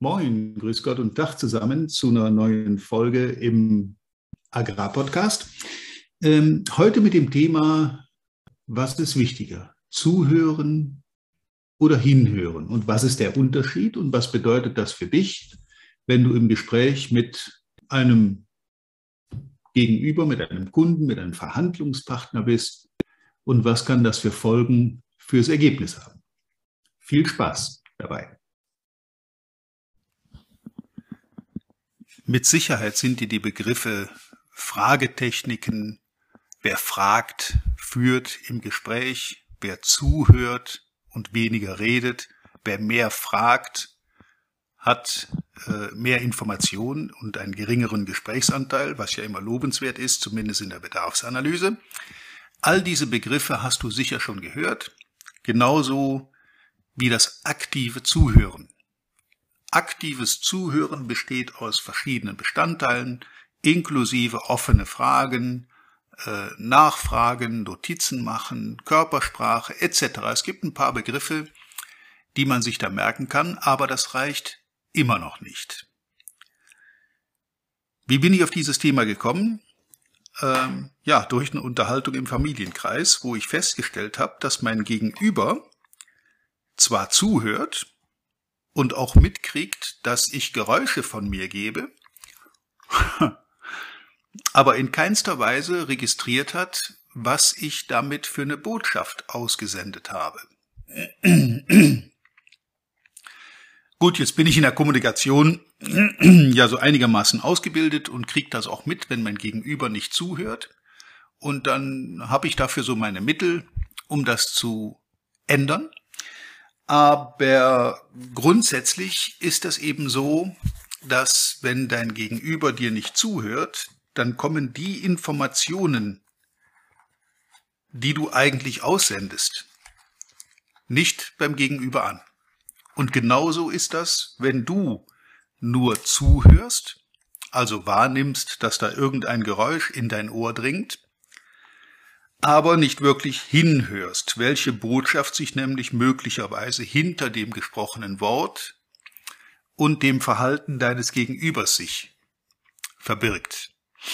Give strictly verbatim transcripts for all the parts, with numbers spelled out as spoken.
Moin, grüß Gott und Tag zusammen zu einer neuen Folge im Agrarpodcast. Ähm, heute mit dem Thema, was ist wichtiger? Zuhören oder hinhören? Und was ist der Unterschied und was bedeutet das für dich, wenn du im Gespräch mit einem Gegenüber, mit einem Kunden, mit einem Verhandlungspartner bist? Und was kann das für Folgen fürs Ergebnis haben? Viel Spaß dabei. Mit Sicherheit sind dir die Begriffe Fragetechniken, wer fragt, führt im Gespräch, wer zuhört und weniger redet, wer mehr fragt, hat äh, mehr Informationen und einen geringeren Gesprächsanteil, was ja immer lobenswert ist, zumindest in der Bedarfsanalyse. All diese Begriffe hast du sicher schon gehört, genauso wie das aktive Zuhören. Aktives Zuhören besteht aus verschiedenen Bestandteilen, inklusive offene Fragen, äh, Nachfragen, Notizen machen, Körpersprache et cetera. Es gibt ein paar Begriffe, die man sich da merken kann, aber das reicht immer noch nicht. Wie bin ich auf dieses Thema gekommen? Ähm, ja, durch eine Unterhaltung im Familienkreis, wo ich festgestellt habe, dass mein Gegenüber zwar zuhört, und auch mitkriegt, dass ich Geräusche von mir gebe, aber in keinster Weise registriert hat, was ich damit für eine Botschaft ausgesendet habe. Gut, jetzt bin ich in der Kommunikation ja so einigermaßen ausgebildet und kriege das auch mit, wenn mein Gegenüber nicht zuhört. Und dann habe ich dafür so meine Mittel, um das zu ändern. Aber grundsätzlich ist das eben so, dass wenn dein Gegenüber dir nicht zuhört, dann kommen die Informationen, die du eigentlich aussendest, nicht beim Gegenüber an. Und genauso ist das, wenn du nur zuhörst, also wahrnimmst, dass da irgendein Geräusch in dein Ohr dringt, aber nicht wirklich hinhörst, welche Botschaft sich nämlich möglicherweise hinter dem gesprochenen Wort und dem Verhalten deines Gegenübers sich verbirgt.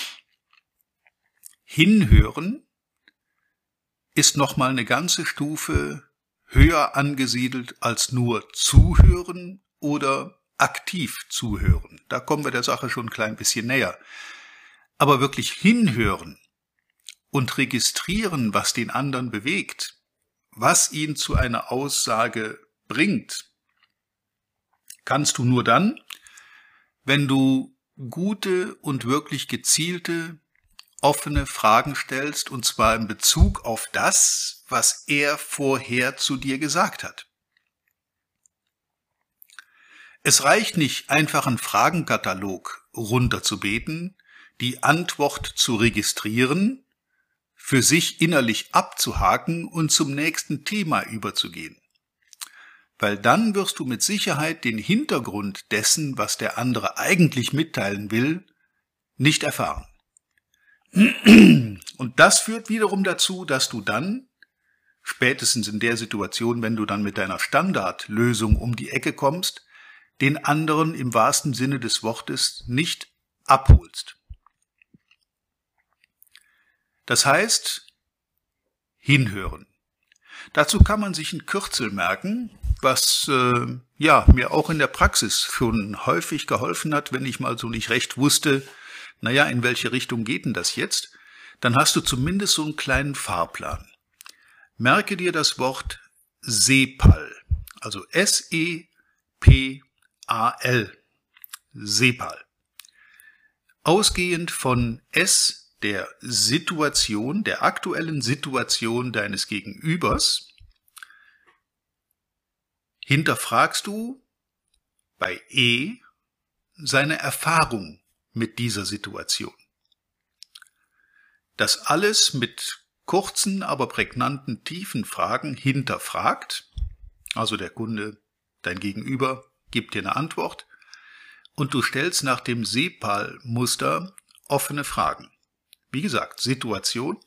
Hinhören ist nochmal eine ganze Stufe höher angesiedelt als nur zuhören oder aktiv zuhören. Da kommen wir der Sache schon ein klein bisschen näher. Aber wirklich hinhören und registrieren, was den anderen bewegt, was ihn zu einer Aussage bringt, kannst du nur dann, wenn du gute und wirklich gezielte, offene Fragen stellst, und zwar in Bezug auf das, was er vorher zu dir gesagt hat. Es reicht nicht, einfach einen Fragenkatalog runterzubeten, die Antwort zu registrieren, für sich innerlich abzuhaken und zum nächsten Thema überzugehen. Weil dann wirst du mit Sicherheit den Hintergrund dessen, was der andere eigentlich mitteilen will, nicht erfahren. Und das führt wiederum dazu, dass du dann, spätestens in der Situation, wenn du dann mit deiner Standardlösung um die Ecke kommst, den anderen im wahrsten Sinne des Wortes nicht abholst. Das heißt, hinhören. Dazu kann man sich ein Kürzel merken, was äh, ja mir auch in der Praxis schon häufig geholfen hat, wenn ich mal so nicht recht wusste, naja, in welche Richtung geht denn das jetzt? Dann hast du zumindest so einen kleinen Fahrplan. Merke dir das Wort SEPAL, also S E P A L, SEPAL. Ausgehend von S, der Situation, der aktuellen Situation deines Gegenübers, hinterfragst du bei E seine Erfahrung mit dieser Situation. Das alles mit kurzen, aber prägnanten, tiefen Fragen hinterfragt, also der Kunde, dein Gegenüber, gibt dir eine Antwort und du stellst nach dem SEPAL-Muster offene Fragen. Wie gesagt, Situation,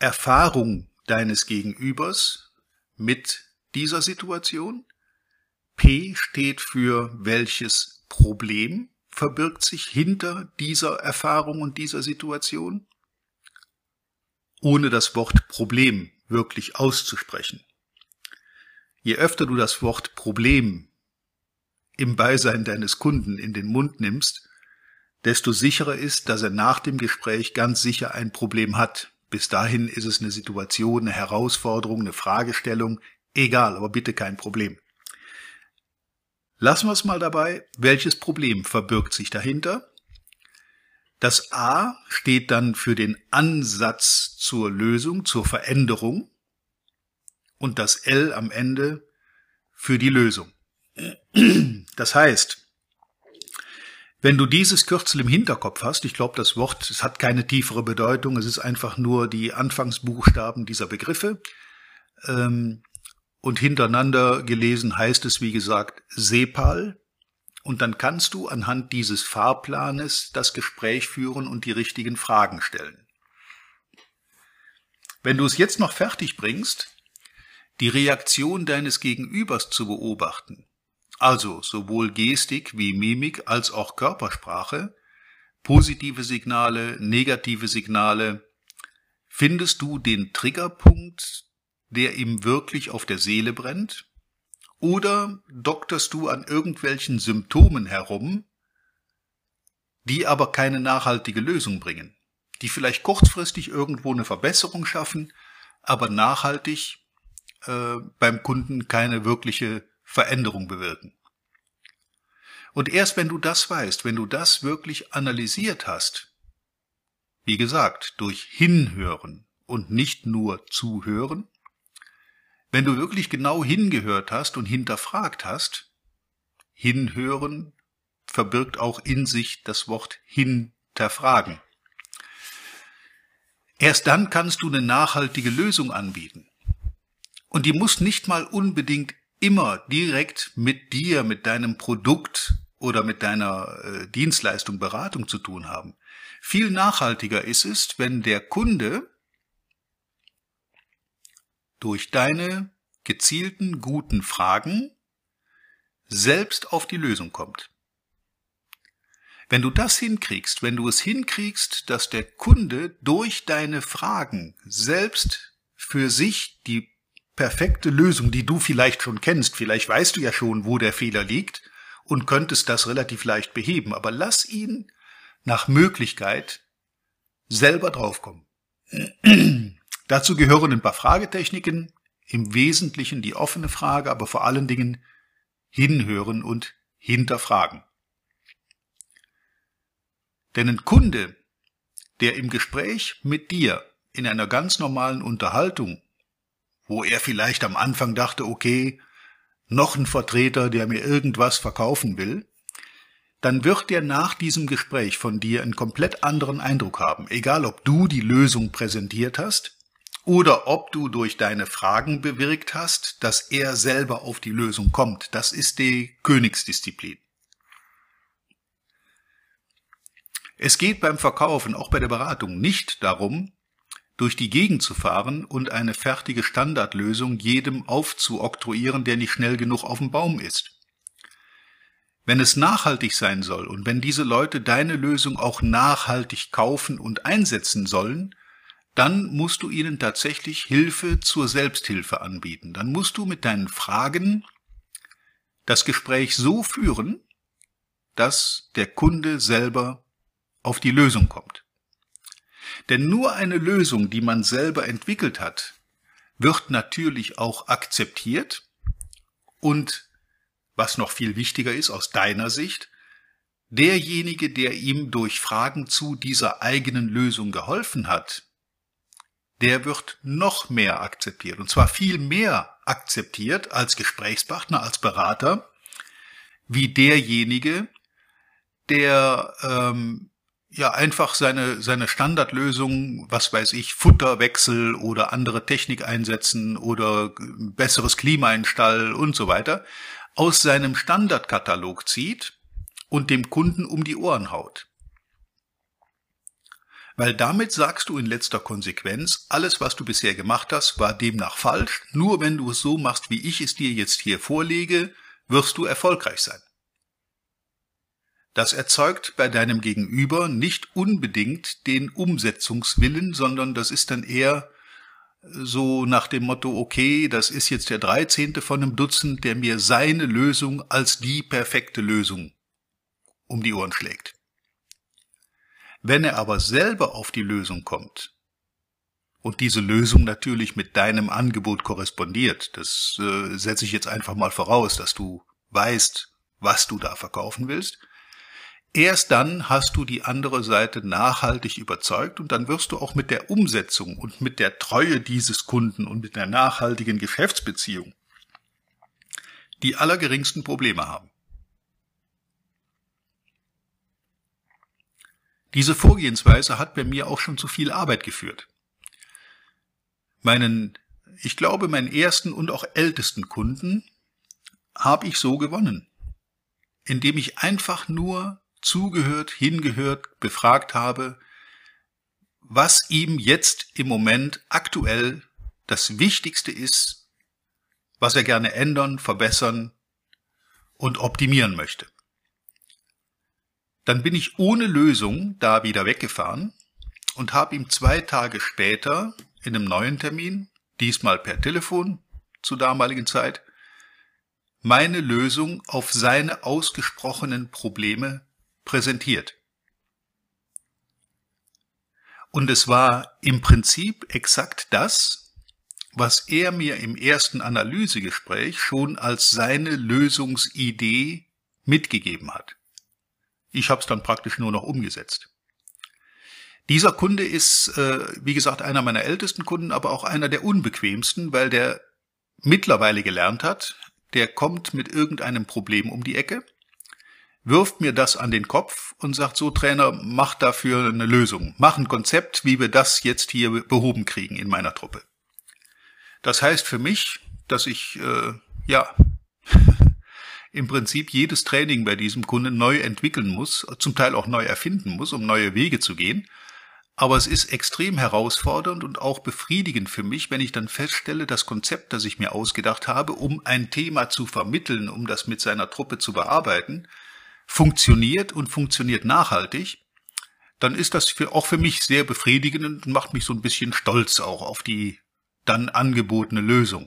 Erfahrung deines Gegenübers mit dieser Situation, P steht für welches Problem verbirgt sich hinter dieser Erfahrung und dieser Situation, ohne das Wort Problem wirklich auszusprechen. Je öfter du das Wort Problem im Beisein deines Kunden in den Mund nimmst, desto sicherer ist, dass er nach dem Gespräch ganz sicher ein Problem hat. Bis dahin ist es eine Situation, eine Herausforderung, eine Fragestellung, egal, aber bitte kein Problem. Lassen wir es mal dabei, welches Problem verbirgt sich dahinter? Das A steht dann für den Ansatz zur Lösung, zur Veränderung und das L am Ende für die Lösung. Das heißt, wenn du dieses Kürzel im Hinterkopf hast, ich glaube, das Wort, es hat keine tiefere Bedeutung, es ist einfach nur die Anfangsbuchstaben dieser Begriffe, ähm, und hintereinander gelesen heißt es, wie gesagt, Sepal. Und dann kannst du anhand dieses Fahrplanes das Gespräch führen und die richtigen Fragen stellen. Wenn du es jetzt noch fertig bringst, die Reaktion deines Gegenübers zu beobachten, also sowohl Gestik wie Mimik als auch Körpersprache, positive Signale, negative Signale, findest du den Triggerpunkt, der ihm wirklich auf der Seele brennt? Oder dokterst du an irgendwelchen Symptomen herum, die aber keine nachhaltige Lösung bringen, die vielleicht kurzfristig irgendwo eine Verbesserung schaffen, aber nachhaltig äh, beim Kunden keine wirkliche Veränderung bewirken? Und erst wenn du das weißt, wenn du das wirklich analysiert hast, wie gesagt, durch Hinhören und nicht nur Zuhören, wenn du wirklich genau hingehört hast und hinterfragt hast, Hinhören verbirgt auch in sich das Wort hinterfragen. Erst dann kannst du eine nachhaltige Lösung anbieten. Und die muss nicht mal unbedingt immer direkt mit dir, mit deinem Produkt oder mit deiner äh, Dienstleistung, Beratung zu tun haben. Viel nachhaltiger ist es, wenn der Kunde durch deine gezielten, guten Fragen selbst auf die Lösung kommt. Wenn du das hinkriegst, wenn du es hinkriegst, dass der Kunde durch deine Fragen selbst für sich die perfekte Lösung, die du vielleicht schon kennst, vielleicht weißt du ja schon, wo der Fehler liegt und könntest das relativ leicht beheben, aber lass ihn nach Möglichkeit selber draufkommen. Dazu gehören ein paar Fragetechniken, im Wesentlichen die offene Frage, aber vor allen Dingen hinhören und hinterfragen. Denn ein Kunde, der im Gespräch mit dir in einer ganz normalen Unterhaltung, wo er vielleicht am Anfang dachte, okay, noch ein Vertreter, der mir irgendwas verkaufen will, dann wird er nach diesem Gespräch von dir einen komplett anderen Eindruck haben, egal ob du die Lösung präsentiert hast oder ob du durch deine Fragen bewirkt hast, dass er selber auf die Lösung kommt. Das ist die Königsdisziplin. Es geht beim Verkaufen, auch bei der Beratung, nicht darum, durch die Gegend zu fahren und eine fertige Standardlösung jedem aufzuoktroyieren, der nicht schnell genug auf dem Baum ist. Wenn es nachhaltig sein soll und wenn diese Leute deine Lösung auch nachhaltig kaufen und einsetzen sollen, dann musst du ihnen tatsächlich Hilfe zur Selbsthilfe anbieten. Dann musst du mit deinen Fragen das Gespräch so führen, dass der Kunde selber auf die Lösung kommt. Denn nur eine Lösung, die man selber entwickelt hat, wird natürlich auch akzeptiert und, was noch viel wichtiger ist aus deiner Sicht, derjenige, der ihm durch Fragen zu dieser eigenen Lösung geholfen hat, der wird noch mehr akzeptiert, und zwar viel mehr akzeptiert als Gesprächspartner, als Berater, wie derjenige, der ähm, ja einfach seine seine Standardlösung, was weiß ich, Futterwechsel oder andere Technik einsetzen oder besseres Klima in Stall und so weiter, aus seinem Standardkatalog zieht und dem Kunden um die Ohren haut. Weil damit sagst du in letzter Konsequenz, alles, was du bisher gemacht hast, war demnach falsch. Nur wenn du es so machst, wie ich es dir jetzt hier vorlege, wirst du erfolgreich sein. Das erzeugt bei deinem Gegenüber nicht unbedingt den Umsetzungswillen, sondern das ist dann eher so nach dem Motto, okay, das ist jetzt der dreizehnte von einem Dutzend, der mir seine Lösung als die perfekte Lösung um die Ohren schlägt. Wenn er aber selber auf die Lösung kommt und diese Lösung natürlich mit deinem Angebot korrespondiert, das äh, setze ich jetzt einfach mal voraus, dass du weißt, was du da verkaufen willst, erst dann hast du die andere Seite nachhaltig überzeugt und dann wirst du auch mit der Umsetzung und mit der Treue dieses Kunden und mit der nachhaltigen Geschäftsbeziehung die allergeringsten Probleme haben. Diese Vorgehensweise hat bei mir auch schon zu viel Arbeit geführt. Meinen, ich glaube, meinen ersten und auch ältesten Kunden habe ich so gewonnen, indem ich einfach nur zugehört, hingehört, befragt habe, was ihm jetzt im Moment aktuell das Wichtigste ist, was er gerne ändern, verbessern und optimieren möchte. Dann bin ich ohne Lösung da wieder weggefahren und habe ihm zwei Tage später in einem neuen Termin, diesmal per Telefon zur damaligen Zeit, meine Lösung auf seine ausgesprochenen Probleme präsentiert. Und es war im Prinzip exakt das, was er mir im ersten Analysegespräch schon als seine Lösungsidee mitgegeben hat. Ich habe es dann praktisch nur noch umgesetzt. Dieser Kunde ist, äh, wie gesagt, einer meiner ältesten Kunden, aber auch einer der unbequemsten, weil der mittlerweile gelernt hat, der kommt mit irgendeinem Problem um die Ecke, wirft mir das an den Kopf und sagt, so Trainer, mach dafür eine Lösung, mach ein Konzept, wie wir das jetzt hier behoben kriegen in meiner Truppe. Das heißt für mich, dass ich, äh, ja, im Prinzip jedes Training bei diesem Kunden neu entwickeln muss, zum Teil auch neu erfinden muss, um neue Wege zu gehen. Aber es ist extrem herausfordernd und auch befriedigend für mich, wenn ich dann feststelle, das Konzept, das ich mir ausgedacht habe, um ein Thema zu vermitteln, um das mit seiner Truppe zu bearbeiten, funktioniert und funktioniert nachhaltig, dann ist das für, auch für mich sehr befriedigend und macht mich so ein bisschen stolz auch auf die dann angebotene Lösung.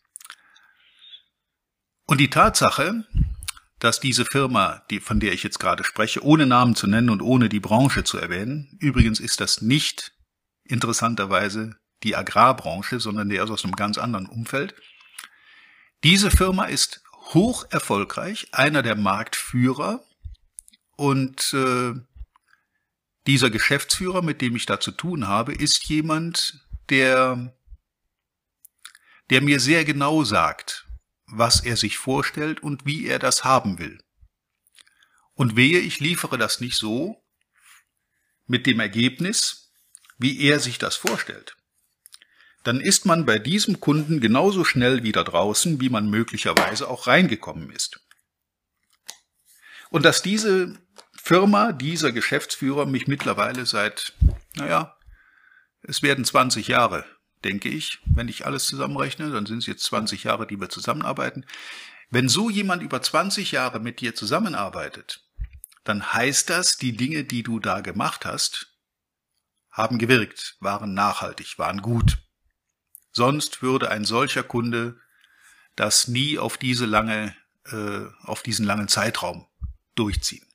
Und die Tatsache, dass diese Firma, die, von der ich jetzt gerade spreche, ohne Namen zu nennen und ohne die Branche zu erwähnen, übrigens ist das nicht interessanterweise die Agrarbranche, sondern der ist aus einem ganz anderen Umfeld. Diese Firma ist hoch erfolgreich, einer der Marktführer, und äh, dieser Geschäftsführer, mit dem ich da zu tun habe, ist jemand, der, der mir sehr genau sagt, was er sich vorstellt und wie er das haben will. Und wehe, ich liefere das nicht so mit dem Ergebnis, wie er sich das vorstellt. Dann ist man bei diesem Kunden genauso schnell wieder draußen, wie man möglicherweise auch reingekommen ist. Und dass diese Firma, dieser Geschäftsführer mich mittlerweile seit, naja, es werden zwanzig Jahre, denke ich, wenn ich alles zusammenrechne, dann sind es jetzt zwanzig Jahre, die wir zusammenarbeiten. Wenn so jemand über zwanzig Jahre mit dir zusammenarbeitet, dann heißt das, die Dinge, die du da gemacht hast, haben gewirkt, waren nachhaltig, waren gut. Sonst würde ein solcher Kunde das nie auf diese lange, äh, auf diesen langen Zeitraum durchziehen.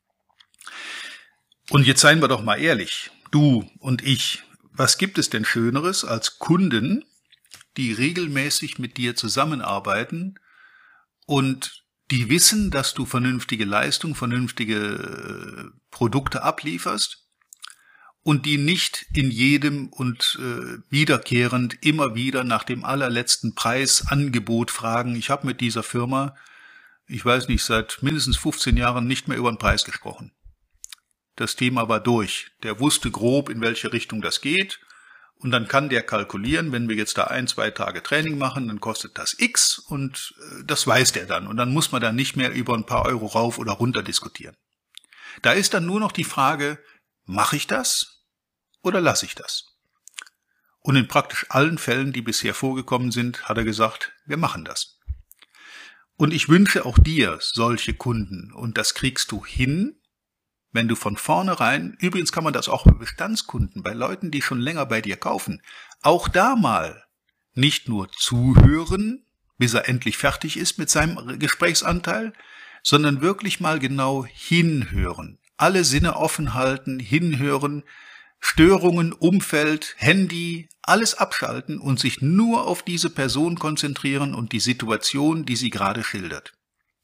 Und jetzt seien wir doch mal ehrlich, du und ich, was gibt es denn Schöneres als Kunden, die regelmäßig mit dir zusammenarbeiten und die wissen, dass du vernünftige Leistung, vernünftige Produkte ablieferst und die nicht in jedem und äh, wiederkehrend immer wieder nach dem allerletzten Preisangebot fragen. Ich habe mit dieser Firma, ich weiß nicht, seit mindestens fünfzehn Jahren nicht mehr über den Preis gesprochen. Das Thema war durch. Der wusste grob, in welche Richtung das geht. Und dann kann der kalkulieren, wenn wir jetzt da ein, zwei Tage Training machen, dann kostet das X und das weiß der dann. Und dann muss man da nicht mehr über ein paar Euro rauf oder runter diskutieren. Da ist dann nur noch die Frage, mache ich das oder lasse ich das? Und in praktisch allen Fällen, die bisher vorgekommen sind, hat er gesagt, wir machen das. Und ich wünsche auch dir solche Kunden. Und das kriegst du hin, wenn du von vornherein, übrigens kann man das auch bei Bestandskunden, bei Leuten, die schon länger bei dir kaufen, auch da mal nicht nur zuhören, bis er endlich fertig ist mit seinem Gesprächsanteil, sondern wirklich mal genau hinhören. Alle Sinne offen halten, hinhören, Störungen, Umfeld, Handy, alles abschalten und sich nur auf diese Person konzentrieren und die Situation, die sie gerade schildert.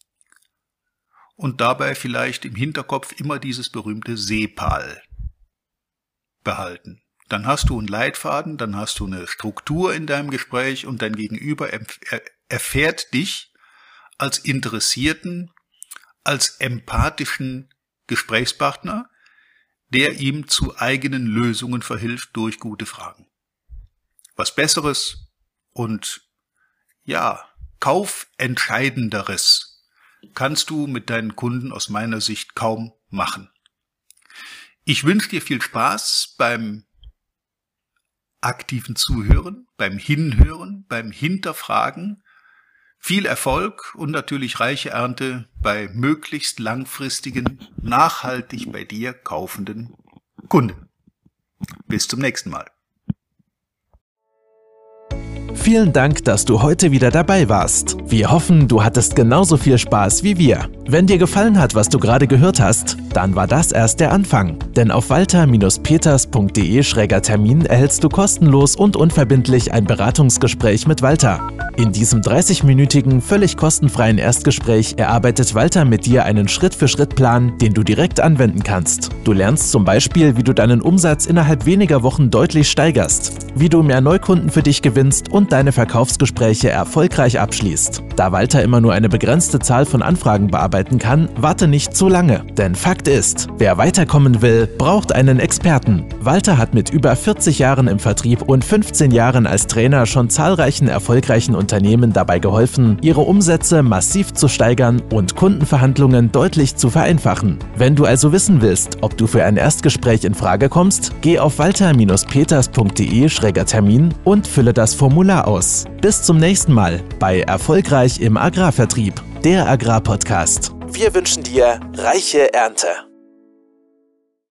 Und dabei vielleicht im Hinterkopf immer dieses berühmte SEPAL behalten. Dann hast du einen Leitfaden, dann hast du eine Struktur in deinem Gespräch und dein Gegenüber erfährt dich als interessierten, als empathischen Gesprächspartner, der ihm zu eigenen Lösungen verhilft durch gute Fragen. Was Besseres und, ja, Kaufentscheidenderes kannst du mit deinen Kunden aus meiner Sicht kaum machen. Ich wünsche dir viel Spaß beim aktiven Zuhören, beim Hinhören, beim Hinterfragen, viel Erfolg und natürlich reiche Ernte bei möglichst langfristigen, nachhaltig bei dir kaufenden Kunden. Bis zum nächsten Mal. Vielen Dank, dass du heute wieder dabei warst. Wir hoffen, du hattest genauso viel Spaß wie wir. Wenn dir gefallen hat, was du gerade gehört hast, dann war das erst der Anfang. Denn auf walter Bindestrich peters punkt de schräger Termin erhältst du kostenlos und unverbindlich ein Beratungsgespräch mit Walter. In diesem dreißigminütigen, völlig kostenfreien Erstgespräch erarbeitet Walter mit dir einen Schritt-für-Schritt-Plan, den du direkt anwenden kannst. Du lernst zum Beispiel, wie du deinen Umsatz innerhalb weniger Wochen deutlich steigerst, wie du mehr Neukunden für dich gewinnst und deine Verkaufsgespräche erfolgreich abschließt. Da Walter immer nur eine begrenzte Zahl von Anfragen bearbeiten kann, warte nicht zu lange. Denn Fakt ist, wer weiterkommen will, braucht einen Experten. Walter hat mit über vierzig Jahren im Vertrieb und fünfzehn Jahren als Trainer schon zahlreichen erfolgreichen Unternehmen dabei geholfen, ihre Umsätze massiv zu steigern und Kundenverhandlungen deutlich zu vereinfachen. Wenn du also wissen willst, ob du für ein Erstgespräch in Frage kommst, geh auf walter Bindestrich peters punkt de schräger Termin und fülle das Formular aus. Bis zum nächsten Mal bei Erfolgreich im Agrarvertrieb, der Agrarpodcast. Wir wünschen dir reiche Ernte.